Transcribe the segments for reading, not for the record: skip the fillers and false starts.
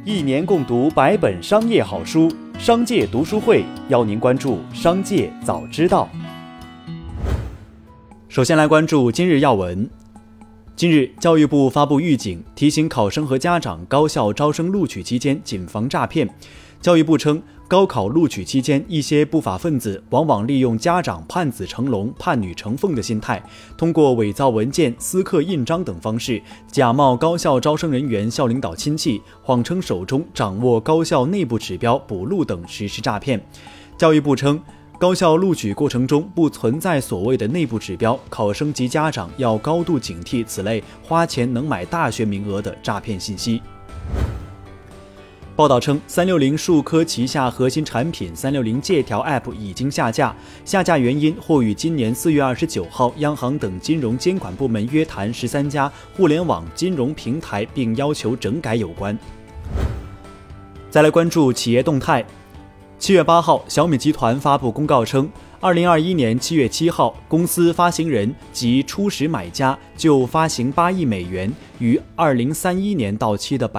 一年共读100本商业好书，商界读书会邀您关注商界早知道。首先来关注今日要闻。近日，教育部发布预警，提醒考生和家长高校招生录取期间谨防诈骗。教育部称，高考录取期间，一些不法分子往往利用家长盼子成龙、盼女成凤的心态，通过伪造文件、私刻印章等方式，假冒高校招生人员、校领导亲戚，谎称手中掌握高校内部指标补录等实施诈骗。教育部称，高校录取过程中不存在所谓的内部指标，考生及家长要高度警惕此类花钱能买大学名额的诈骗信息。报道称，360数科旗下核心产品360借条 App 已经下架，下架原因或与今年4月29号央行等金融监管部门约谈13家互联网金融平台并要求整改有关。再来关注企业动态。7月8号，小米集团发布公告称，2021年7月7号，公司发行人及初始买家就发行8亿美元于2031年到期的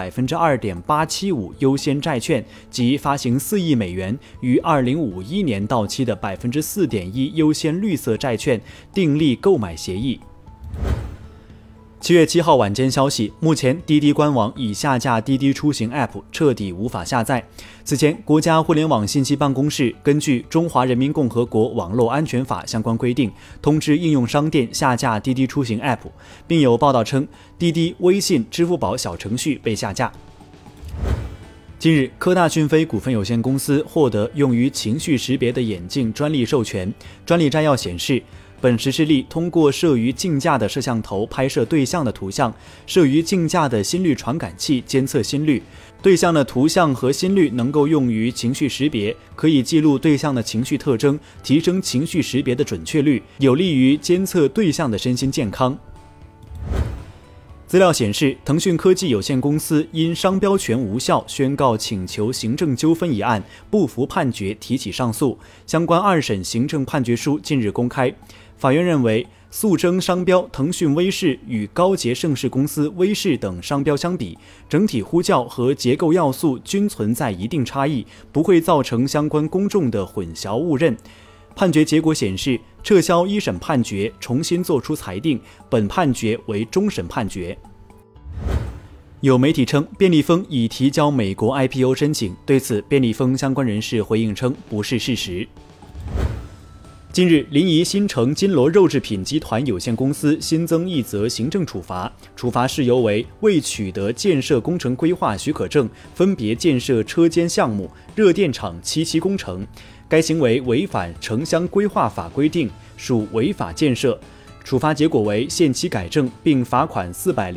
2.875% 优先债券及发行4亿美元于2051年到期的 4.1% 优先绿色债券订立购买协议。7月7号晚间消息，目前滴滴官网已下架滴滴出行 App， 彻底无法下载。此前，国家互联网信息办公室根据《中华人民共和国网络安全法》相关规定，通知应用商店下架滴滴出行 App， 并有报道称，滴滴、微信、支付宝小程序被下架。近日，科大讯飞股份有限公司获得用于情绪识别的眼镜专利授权。专利摘要显示，本实施力通过摄于镜架的摄像头拍摄对象的图像，摄于镜架的心率传感器监测心率，对象的图像和心率能够用于情绪识别，可以记录对象的情绪特征，提升情绪识别的准确率，有利于监测对象的身心健康。资料显示，腾讯科技有限公司因商标权无效宣告请求行政纠纷一案不服判决提起上诉，相关2审行政判决书近日公开。法院认为，诉争商标腾讯威视与高捷盛世公司威视等商标相比，整体呼叫和结构要素均存在一定差异，不会造成相关公众的混淆误认。判决结果显示，撤销1审判决，重新作出裁定，本判决为终审判决。有媒体称，便利蜂已提交美国 IPO 申请，对此便利蜂相关人士回应称不是事实。近日，临沂新城金螺肉制品集团有限公司新增一则行政处罚，处罚事由为未取得建设工程规划许可证，分别建设车间项目、热电厂7期工程。该行为违反城乡规划法规定，属违法建设。处罚结果为限期改正，并罚款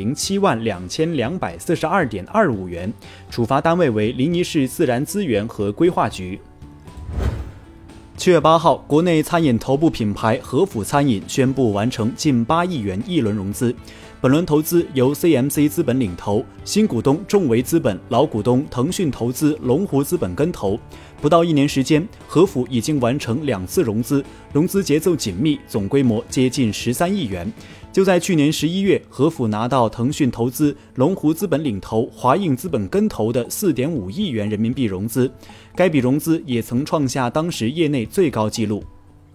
4072242.25元。处罚单位为临沂市自然资源和规划局。7月8号，国内餐饮头部品牌和府餐饮宣布完成近8亿元一轮融资。本轮投资由 CMC 资本领投，新股东众维资本、老股东腾讯投资、龙湖资本跟投。不到1年时间，和府已经完成2次融资，融资节奏紧密，总规模接近13亿元。就在去年11月，和府拿到腾讯投资、龙湖资本领投、华映资本跟投的4.5亿元人民币融资，该笔融资也曾创下当时业内最高纪录。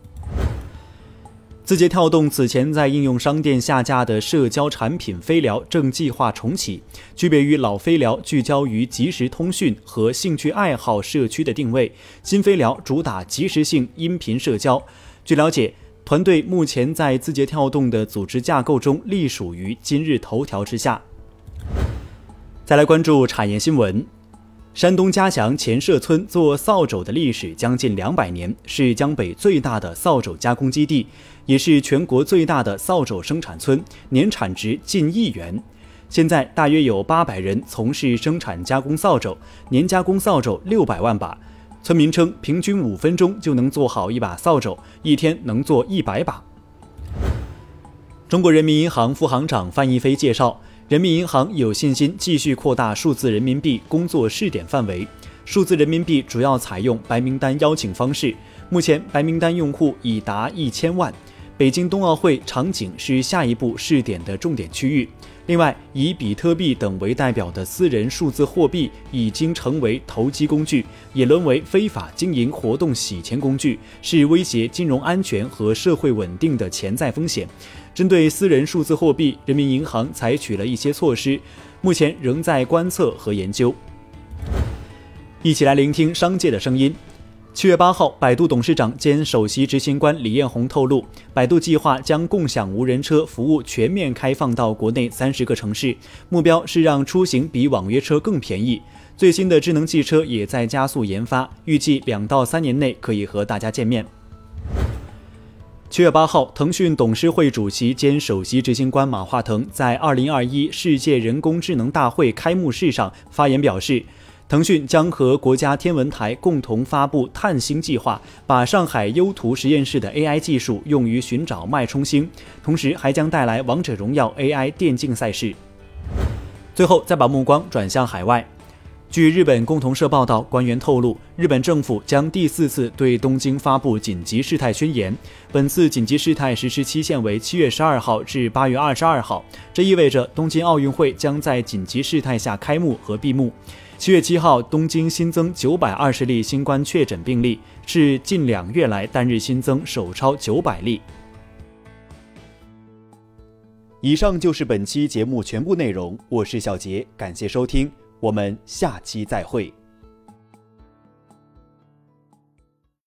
字节跳动此前在应用商店下架的社交产品飞聊正计划重启，区别于老飞聊聚焦于即时通讯和兴趣爱好社区的定位，新飞聊主打即时性音频社交。据了解，团队目前在字节跳动的组织架构中隶属于今日头条之下。再来关注产业新闻。山东嘉祥前社村做扫帚的历史将近200年，是江北最大的扫帚加工基地，也是全国最大的扫帚生产村，年产值近1亿元。现在大约有800人从事生产加工扫帚，年加工扫帚600万把。村民称，平均5分钟就能做好一把扫帚，一天能做100把。中国人民银行副行长范一飞介绍，人民银行有信心继续扩大数字人民币工作试点范围。数字人民币主要采用白名单邀请方式，目前白名单用户已达1000万。北京冬奥会场景是下一步试点的重点区域。 另外，以比特币等为代表的私人数字货币已经成为投机工具，也沦为非法经营活动洗钱工具，是威胁金融安全和社会稳定的潜在风险。针对私人数字货币，人民银行采取了一些措施，目前仍在观测和研究。一起来聆听商界的声音。7月8号，百度董事长兼首席执行官李彦宏透露，百度计划将共享无人车服务全面开放到国内30个城市，目标是让出行比网约车更便宜。最新的智能汽车也在加速研发，预计2到3年内可以和大家见面。7月8号，腾讯董事会主席兼首席执行官马化腾在2021世界人工智能大会开幕式上发言表示，腾讯将和国家天文台共同发布探星计划，把上海优图实验室的 AI 技术用于寻找脉冲星，同时还将带来王者荣耀 AI 电竞赛事。最后再把目光转向海外。据日本共同社报道，官员透露，日本政府将第4次对东京发布紧急事态宣言。本次紧急事态实施期限为7月12号至8月22号，这意味着东京奥运会将在紧急事态下开幕和闭幕。7月7号，东京新增920例新冠确诊病例，是近2月来单日新增首超900例。以上就是本期节目全部内容，我是小杰，感谢收听，我们下期再会。